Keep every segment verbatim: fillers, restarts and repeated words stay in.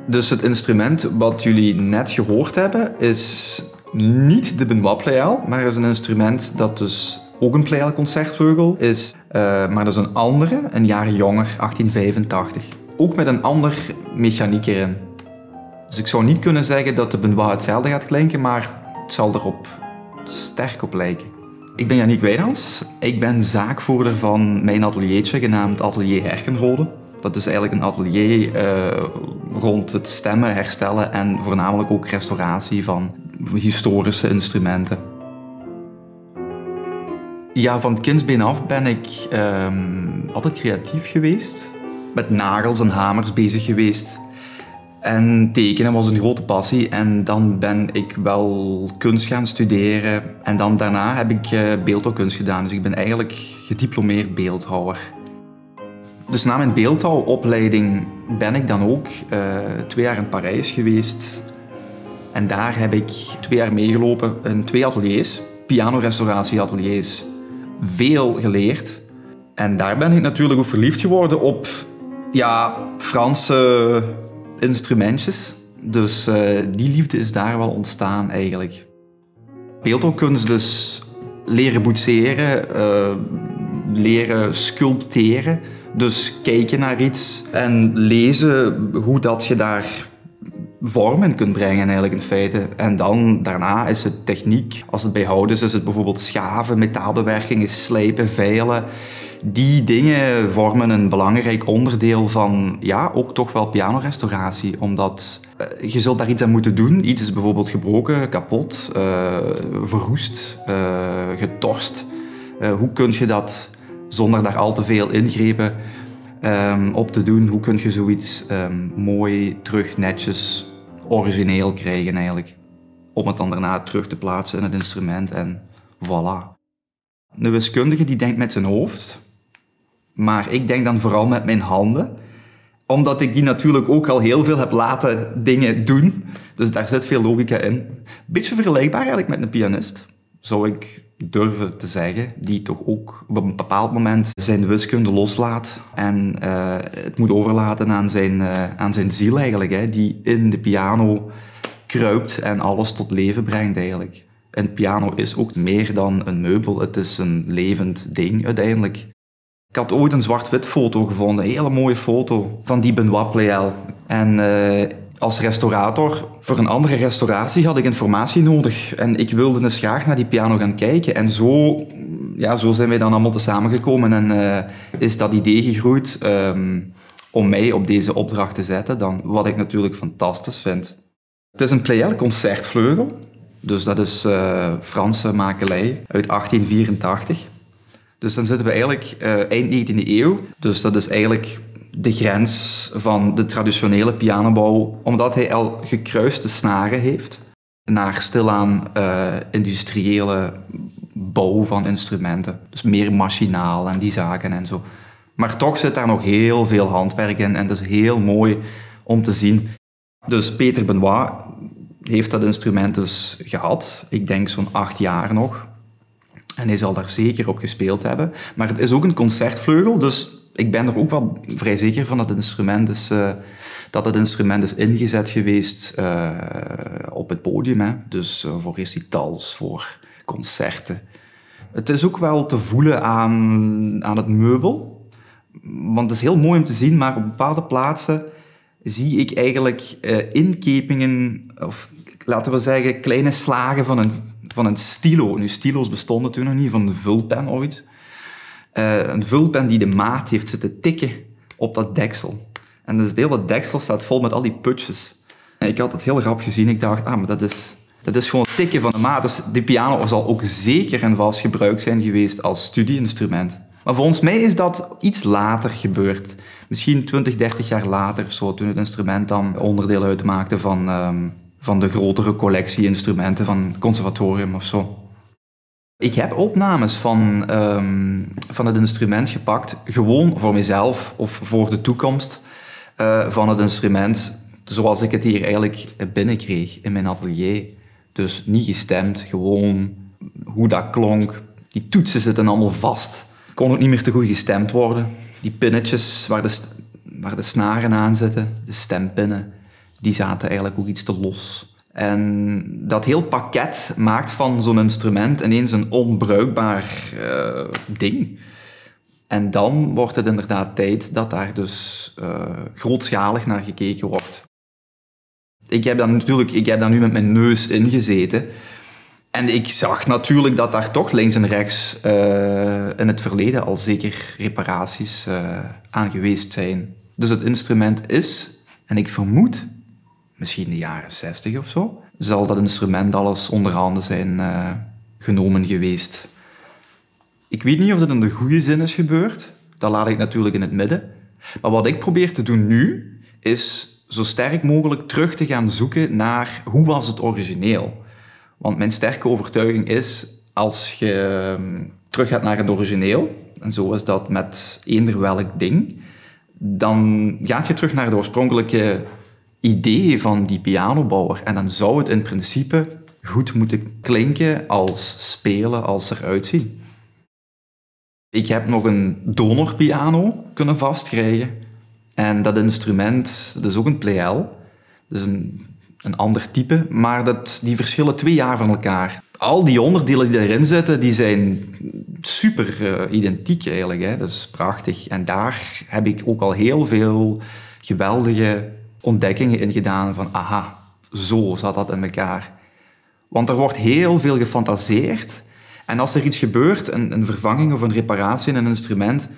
Dus het instrument wat jullie net gehoord hebben is niet de Benoit Pleyel, maar is een instrument dat dus ook een Pleyel concertvleugel is, uh, maar dat is een andere, een jaar jonger, achttien vijfentachtig. Ook met een ander mechaniek erin. Dus ik zou niet kunnen zeggen dat de Benoit hetzelfde gaat klinken, maar het zal erop sterk op lijken. Ik ben Yannick Wijnands. Ik ben zaakvoerder van mijn ateliertje genaamd Atelier Herkenrode. Dat is eigenlijk een atelier uh, rond het stemmen, herstellen en voornamelijk ook restauratie van historische instrumenten. Ja, van het kindsbeen af ben ik um, altijd creatief geweest. Met nagels en hamers bezig geweest. En tekenen was een grote passie. En dan ben ik wel kunst gaan studeren. En dan daarna heb ik uh, beeldhouwkunst gedaan. Dus ik ben eigenlijk gediplomeerd beeldhouwer. Dus na mijn beeldhouwopleiding ben ik dan ook uh, twee jaar in Parijs geweest. En daar heb ik twee jaar meegelopen in twee ateliers. Pianorestauratieateliers. Veel geleerd. En daar ben ik natuurlijk ook verliefd geworden op ja, Franse instrumentjes. Dus uh, die liefde is daar wel ontstaan eigenlijk. Beeldhouwkunst dus leren boetseren, uh, leren sculpteren. Dus kijken naar iets en lezen hoe dat je daar vorm in kunt brengen eigenlijk in feite. En dan daarna is het techniek. Als het bij hout is, is het bijvoorbeeld schaven, metaalbewerkingen, slijpen, veilen. Die dingen vormen een belangrijk onderdeel van, ja, ook toch wel pianorestauratie. Omdat uh, je zult daar iets aan moeten doen. Iets is bijvoorbeeld gebroken, kapot, uh, verroest, uh, getorst. Uh, hoe kun je dat zonder daar al te veel ingrepen um, op te doen? Hoe kun je zoiets um, mooi, terug, netjes, origineel krijgen eigenlijk? Om het dan daarna terug te plaatsen in het instrument en voilà. Een wiskundige die denkt met zijn hoofd, maar ik denk dan vooral met mijn handen. Omdat ik die natuurlijk ook al heel veel heb laten dingen doen. Dus daar zit veel logica in. Beetje vergelijkbaar eigenlijk met een pianist, zou ik durven te zeggen. Die toch ook op een bepaald moment zijn wiskunde loslaat. En uh, het moet overlaten aan zijn, uh, aan zijn ziel eigenlijk. Hè, die in de piano kruipt en alles tot leven brengt eigenlijk. Een piano is ook meer dan een meubel. Het is een levend ding uiteindelijk. Ik had ooit een zwart-wit foto gevonden. Een hele mooie foto van die Benoit Pleyel. En uh, als restaurator, voor een andere restauratie, had ik informatie nodig. En ik wilde dus graag naar die piano gaan kijken. En zo, ja, zo zijn wij dan allemaal te samengekomen. En uh, is dat idee gegroeid um, om mij op deze opdracht te zetten. Dan, wat ik natuurlijk fantastisch vind. Het is een Pleyel concertvleugel. Dus dat is uh, Franse makelij uit achttien vierentachtig. Dus dan zitten we eigenlijk uh, eind negentiende eeuw. Dus dat is eigenlijk de grens van de traditionele pianobouw, omdat hij al gekruiste snaren heeft naar stilaan uh, industriële bouw van instrumenten. Dus meer machinaal en die zaken en zo. Maar toch zit daar nog heel veel handwerk in en dat is heel mooi om te zien. Dus Peter Benoit heeft dat instrument dus gehad. Ik denk zo'n acht jaar nog. En hij zal daar zeker op gespeeld hebben. Maar het is ook een concertvleugel, dus ik ben er ook wel vrij zeker van dat het instrument is, uh, dat het instrument is ingezet geweest uh, op het podium. Hè. Dus uh, voor recitals, voor concerten. Het is ook wel te voelen aan, aan het meubel. Want het is heel mooi om te zien, maar op bepaalde plaatsen zie ik eigenlijk uh, inkepingen, of laten we zeggen kleine slagen van een, van een stilo. Nu, stilo's bestonden toen nog niet, van een vulpen of iets. Uh, een vulpen die de maat heeft zitten tikken op dat deksel. En dus het hele deksel staat vol met al die putjes. En ik had het heel grappig gezien. Ik dacht, ah, maar dat is, dat is gewoon het tikken van de maat. Dus die piano zal ook zeker en vast gebruikt zijn geweest als studieinstrument. Maar volgens mij is dat iets later gebeurd. Misschien twintig, dertig jaar later of zo, toen het instrument dan onderdeel uitmaakte van, um, van de grotere collectie instrumenten van het conservatorium of zo. Ik heb opnames van, um, van het instrument gepakt, gewoon voor mezelf of voor de toekomst uh, van het instrument, zoals ik het hier eigenlijk binnenkreeg in mijn atelier. Dus niet gestemd, gewoon hoe dat klonk. Die toetsen zitten allemaal vast. Kon ook niet meer te goed gestemd worden. Die pinnetjes waar de, st- waar de snaren aan zitten, de stempinnen, die zaten eigenlijk ook iets te los. En dat heel pakket maakt van zo'n instrument ineens een onbruikbaar uh, ding. En dan wordt het inderdaad tijd dat daar dus uh, grootschalig naar gekeken wordt. Ik heb daar natuurlijk ik heb daar nu met mijn neus in gezeten. En ik zag natuurlijk dat daar toch links en rechts uh, in het verleden al zeker reparaties uh, aan geweest zijn. Dus het instrument is, en ik vermoed, misschien de jaren zestig of zo, zal dat instrument alles onder handen zijn uh, genomen geweest. Ik weet niet of dat in de goede zin is gebeurd. Dat laat ik natuurlijk in het midden. Maar wat ik probeer te doen nu, is zo sterk mogelijk terug te gaan zoeken naar hoe was het origineel. Want mijn sterke overtuiging is, als je terug gaat naar het origineel, en zo is dat met eender welk ding, dan gaat je terug naar het oorspronkelijke idee van die pianobouwer. En dan zou het in principe goed moeten klinken als spelen, als eruit zien. Ik heb nog een donorpiano kunnen vastkrijgen. En dat instrument, dat is ook een Pleyel. Dus een, een ander type, maar dat, die verschillen twee jaar van elkaar. Al die onderdelen die erin zitten, die zijn super uh, identiek eigenlijk. Hè. Dat is prachtig. En daar heb ik ook al heel veel geweldige ontdekkingen in gedaan. Van aha, zo zat dat in elkaar. Want er wordt heel veel gefantaseerd. En als er iets gebeurt, een, een vervanging of een reparatie in een instrument,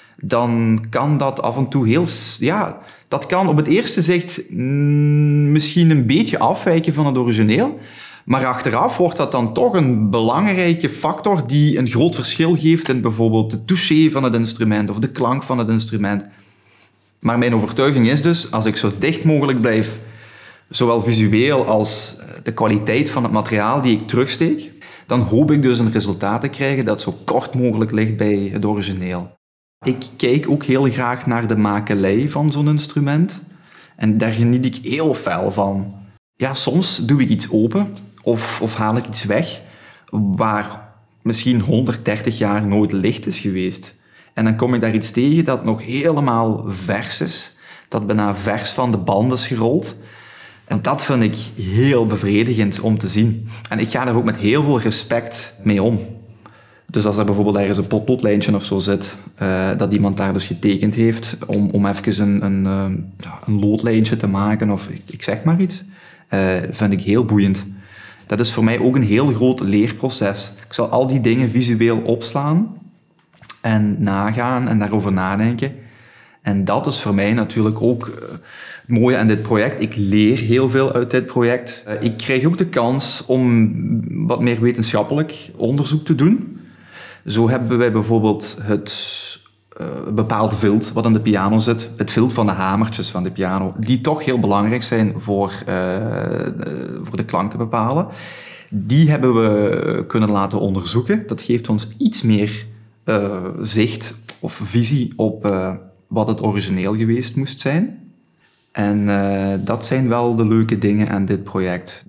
dan kan dat af en toe heel... Ja, dat kan op het eerste zicht mm, misschien een beetje afwijken van het origineel. Maar achteraf wordt dat dan toch een belangrijke factor die een groot verschil geeft in bijvoorbeeld de touché van het instrument of de klank van het instrument. Maar mijn overtuiging is dus, als ik zo dicht mogelijk blijf, zowel visueel als de kwaliteit van het materiaal die ik terugsteek, dan hoop ik dus een resultaat te krijgen dat zo kort mogelijk ligt bij het origineel. Ik kijk ook heel graag naar de makelij van zo'n instrument. En daar geniet ik heel fel van. Ja, soms doe ik iets open of, of haal ik iets weg waar misschien honderddertig jaar nooit licht is geweest. En dan kom ik daar iets tegen dat nog helemaal vers is. Dat bijna vers van de band is gerold. En dat vind ik heel bevredigend om te zien. En ik ga daar ook met heel veel respect mee om. Dus als er bijvoorbeeld ergens een potloodlijntje of zo zit, uh, dat iemand daar dus getekend heeft om, om even een, een, uh, een loodlijntje te maken of ik, ik zeg maar iets, uh, vind ik heel boeiend. Dat is voor mij ook een heel groot leerproces. Ik zal al die dingen visueel opslaan en nagaan en daarover nadenken. En dat is voor mij natuurlijk ook uh, het mooie aan dit project. Ik leer heel veel uit dit project. Uh, ik krijg ook de kans om wat meer wetenschappelijk onderzoek te doen. Zo hebben wij bijvoorbeeld het uh, bepaalde vilt wat aan de piano zit. Het vilt van de hamertjes van de piano. Die toch heel belangrijk zijn voor, uh, voor de klank te bepalen. Die hebben we kunnen laten onderzoeken. Dat geeft ons iets meer uh, zicht of visie op uh, wat het origineel geweest moest zijn. En uh, dat zijn wel de leuke dingen aan dit project.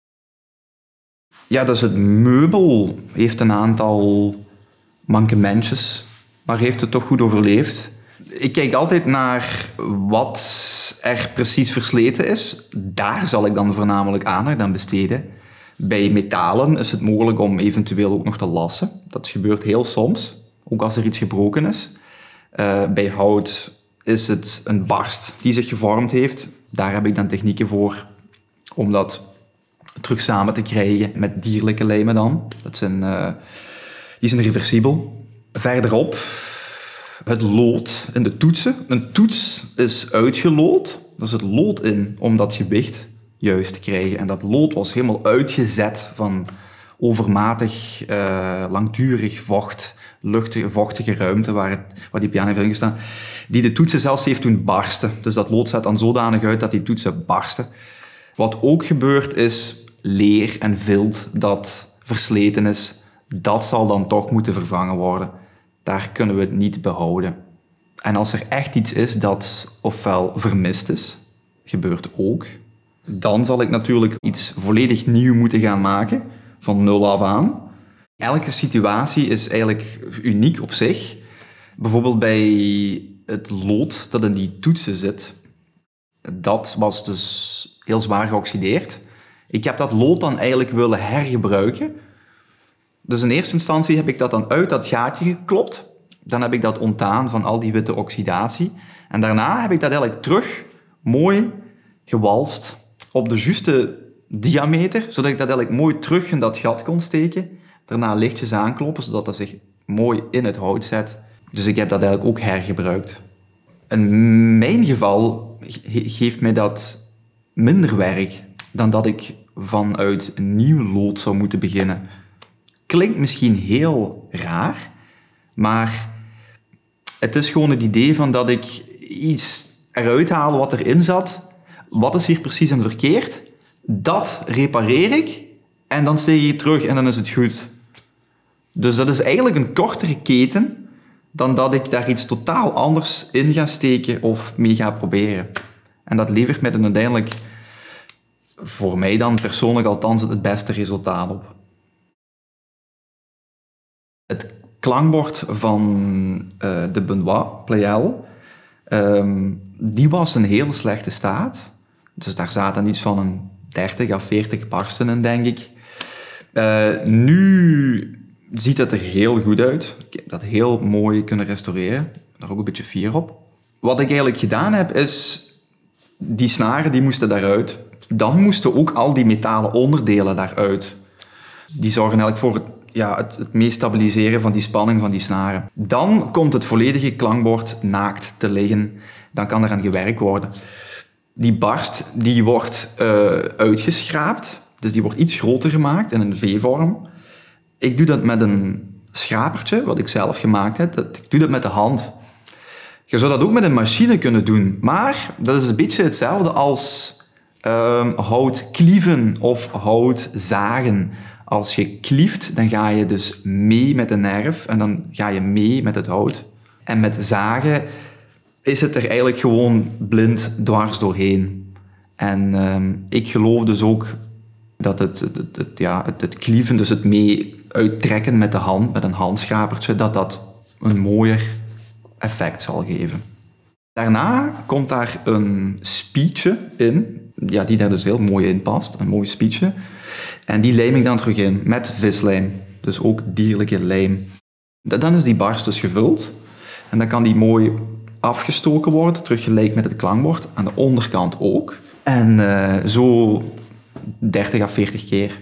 Ja, dus het meubel heeft een aantal mankementjes, maar heeft het toch goed overleefd. Ik kijk altijd naar wat er precies versleten is. Daar zal ik dan voornamelijk aandacht aan besteden. Bij metalen is het mogelijk om eventueel ook nog te lassen. Dat gebeurt heel soms, ook als er iets gebroken is. Uh, bij hout is het een barst die zich gevormd heeft. Daar heb ik dan technieken voor om dat terug samen te krijgen met dierlijke lijmen dan. Dat zijn... Uh, Die zijn reversibel. Verderop, het lood in de toetsen. Een toets is uitgelood. Er zit lood in om dat gewicht juist te krijgen. En dat lood was helemaal uitgezet van overmatig, uh, langdurig vocht, luchtige, vochtige ruimte waar, het, waar die piano heeft ingestaan, die de toetsen zelfs heeft doen barsten. Dus dat lood zet dan zodanig uit dat die toetsen barsten. Wat ook gebeurt is leer en vilt dat versleten is. Dat zal dan toch moeten vervangen worden. Daar kunnen we het niet behouden. En als er echt iets is dat ofwel vermist is, gebeurt ook, dan zal ik natuurlijk iets volledig nieuw moeten gaan maken, van nul af aan. Elke situatie is eigenlijk uniek op zich. Bijvoorbeeld bij het lood dat in die toetsen zit, dat was dus heel zwaar geoxideerd. Ik heb dat lood dan eigenlijk willen hergebruiken. Dus in eerste instantie heb ik dat dan uit dat gaatje geklopt. Dan heb ik dat ontdaan van al die witte oxidatie. En daarna heb ik dat eigenlijk terug mooi gewalst op de juiste diameter, zodat ik dat eigenlijk mooi terug in dat gat kon steken. Daarna lichtjes aankloppen, zodat dat zich mooi in het hout zet. Dus ik heb dat eigenlijk ook hergebruikt. In mijn geval ge- geeft mij dat minder werk dan dat ik vanuit een nieuw lood zou moeten beginnen. Klinkt misschien heel raar, maar het is gewoon het idee van dat ik iets eruit haal wat erin zat. Wat is hier precies aan verkeerd? Dat repareer ik en dan steek ik het terug en dan is het goed. Dus dat is eigenlijk een kortere keten dan dat ik daar iets totaal anders in ga steken of mee ga proberen. En dat levert mij dan uiteindelijk, voor mij dan persoonlijk althans, het beste resultaat op. Het klankbord van uh, de Benoit Pleyel, um, die was in heel slechte staat. Dus daar zaten iets van een dertig à veertig barsten in, denk ik. Uh, nu ziet het er heel goed uit. Ik heb dat heel mooi kunnen restaureren. Ik ben daar ook een beetje fier op. Wat ik eigenlijk gedaan heb, is... Die snaren die moesten daaruit. Dan moesten ook al die metalen onderdelen daaruit. Die zorgen eigenlijk voor het, ja, het, het meest stabiliseren van die spanning van die snaren. Dan komt het volledige klankbord naakt te liggen. Dan kan eraan gewerkt worden. Die barst die wordt uh, uitgeschraapt. Dus die wordt iets groter gemaakt in een V-vorm. Ik doe dat met een schrapertje, wat ik zelf gemaakt heb. Ik doe dat met de hand. Je zou dat ook met een machine kunnen doen. Maar dat is een beetje hetzelfde als uh, hout klieven of hout zagen. Als je klieft, dan ga je dus mee met de nerf en dan ga je mee met het hout. En met zagen is het er eigenlijk gewoon blind dwars doorheen. En uh, ik geloof dus ook dat het, het, het, het, ja, het, het klieven, dus het mee uittrekken met de hand, met een handschrapertje, dat dat een mooier effect zal geven. Daarna komt daar een spietje in, ja, die daar dus heel mooi in past, een mooi spietje. En die lijm ik dan terug in met vislijm, dus ook dierlijke lijm. Dan is die barst dus gevuld en dan kan die mooi afgestoken worden, terug gelijk met het klankbord, aan de onderkant ook. En uh, zo dertig à veertig keer.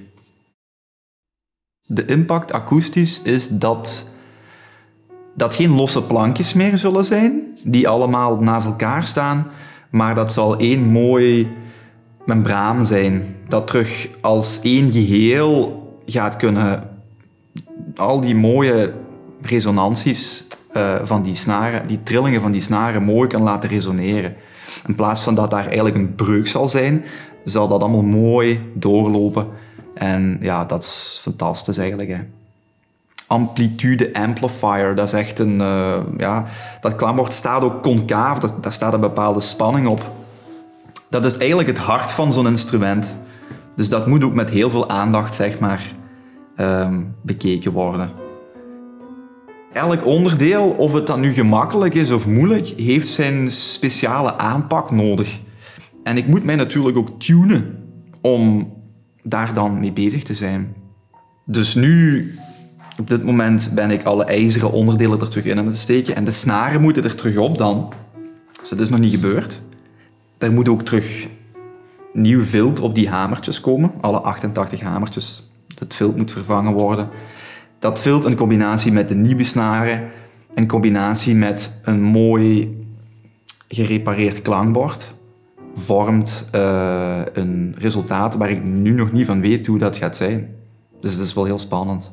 De impact akoestisch is dat dat geen losse plankjes meer zullen zijn, die allemaal naast elkaar staan, maar dat zal één mooi membraan zijn, dat terug als één geheel gaat kunnen al die mooie resonanties uh, van die snaren, die trillingen van die snaren mooi kan laten resoneren. In plaats van dat daar eigenlijk een breuk zal zijn, zal dat allemaal mooi doorlopen. En ja, dat is fantastisch eigenlijk, hè. Amplitude amplifier, dat is echt een... Uh, ja, dat klankbord staat ook concaaf, dat, daar staat een bepaalde spanning op. Dat is eigenlijk het hart van zo'n instrument. Dus dat moet ook met heel veel aandacht, zeg maar, um, bekeken worden. Elk onderdeel, of het dan nu gemakkelijk is of moeilijk, heeft zijn speciale aanpak nodig. En ik moet mij natuurlijk ook tunen om daar dan mee bezig te zijn. Dus nu, op dit moment, ben ik alle ijzeren onderdelen er terug in aan het steken. En de snaren moeten er terug op dan. Dus dat is nog niet gebeurd. Er moet ook terug nieuw vilt op die hamertjes komen. Alle achtentachtig hamertjes. Dat vilt moet vervangen worden. Dat vilt in combinatie met de nieuwe snaren, in combinatie met een mooi gerepareerd klankbord, vormt uh, een resultaat waar ik nu nog niet van weet hoe dat gaat zijn. Dus het is wel heel spannend.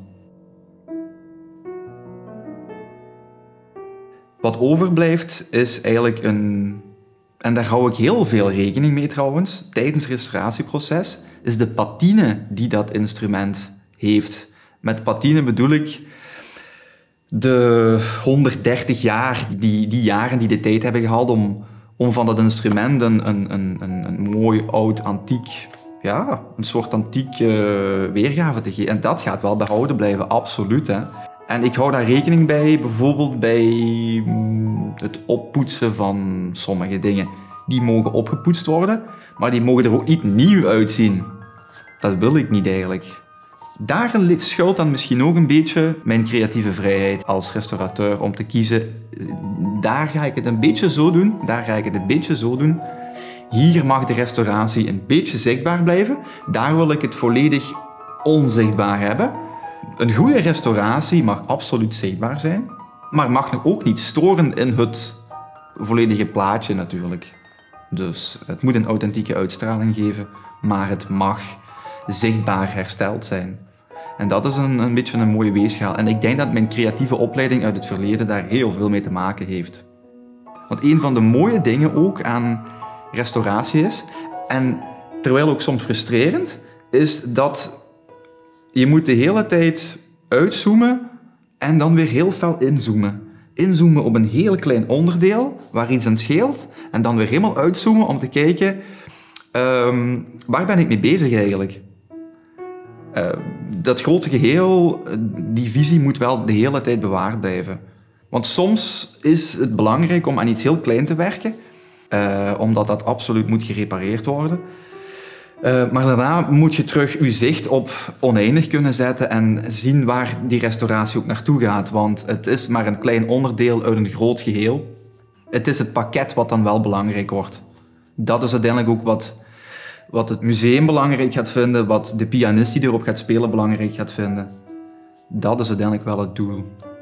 Wat overblijft is eigenlijk een... En daar hou ik heel veel rekening mee trouwens, tijdens het restauratieproces, is de patine die dat instrument heeft. Met patine bedoel ik de honderddertig jaar, die, die jaren die de tijd hebben gehad om, om van dat instrument een, een, een, een mooi oud antiek, ja, een soort antiek uh, weergave te geven. En dat gaat wel behouden blijven, absoluut, hè. En ik hou daar rekening bij, bijvoorbeeld bij het oppoetsen van sommige dingen. Die mogen opgepoetst worden, maar die mogen er ook niet nieuw uitzien. Dat wil ik niet eigenlijk. Daar schuilt dan misschien ook een beetje mijn creatieve vrijheid als restaurateur om te kiezen. Daar ga ik het een beetje zo doen, daar ga ik het een beetje zo doen. Hier mag de restauratie een beetje zichtbaar blijven. Daar wil ik het volledig onzichtbaar hebben. Een goede restauratie mag absoluut zichtbaar zijn, maar mag nog ook niet storen in het volledige plaatje natuurlijk. Dus het moet een authentieke uitstraling geven, maar het mag zichtbaar hersteld zijn. En dat is een, een beetje een mooie weegschaal. En ik denk dat mijn creatieve opleiding uit het verleden daar heel veel mee te maken heeft. Want een van de mooie dingen ook aan restauratie is, en terwijl ook soms frustrerend, is dat je moet de hele tijd uitzoomen en dan weer heel fel inzoomen. Inzoomen op een heel klein onderdeel waar iets aan scheelt en dan weer helemaal uitzoomen om te kijken, um, waar ben ik mee bezig eigenlijk? Uh, dat grote geheel, die visie moet wel de hele tijd bewaard blijven. Want soms is het belangrijk om aan iets heel klein te werken, uh, omdat dat absoluut moet gerepareerd worden. Uh, maar daarna moet je terug je zicht op oneindig kunnen zetten en zien waar die restauratie ook naartoe gaat. Want het is maar een klein onderdeel uit een groot geheel. Het is het pakket wat dan wel belangrijk wordt. Dat is uiteindelijk ook wat, wat het museum belangrijk gaat vinden, wat de pianist die erop gaat spelen belangrijk gaat vinden. Dat is uiteindelijk wel het doel.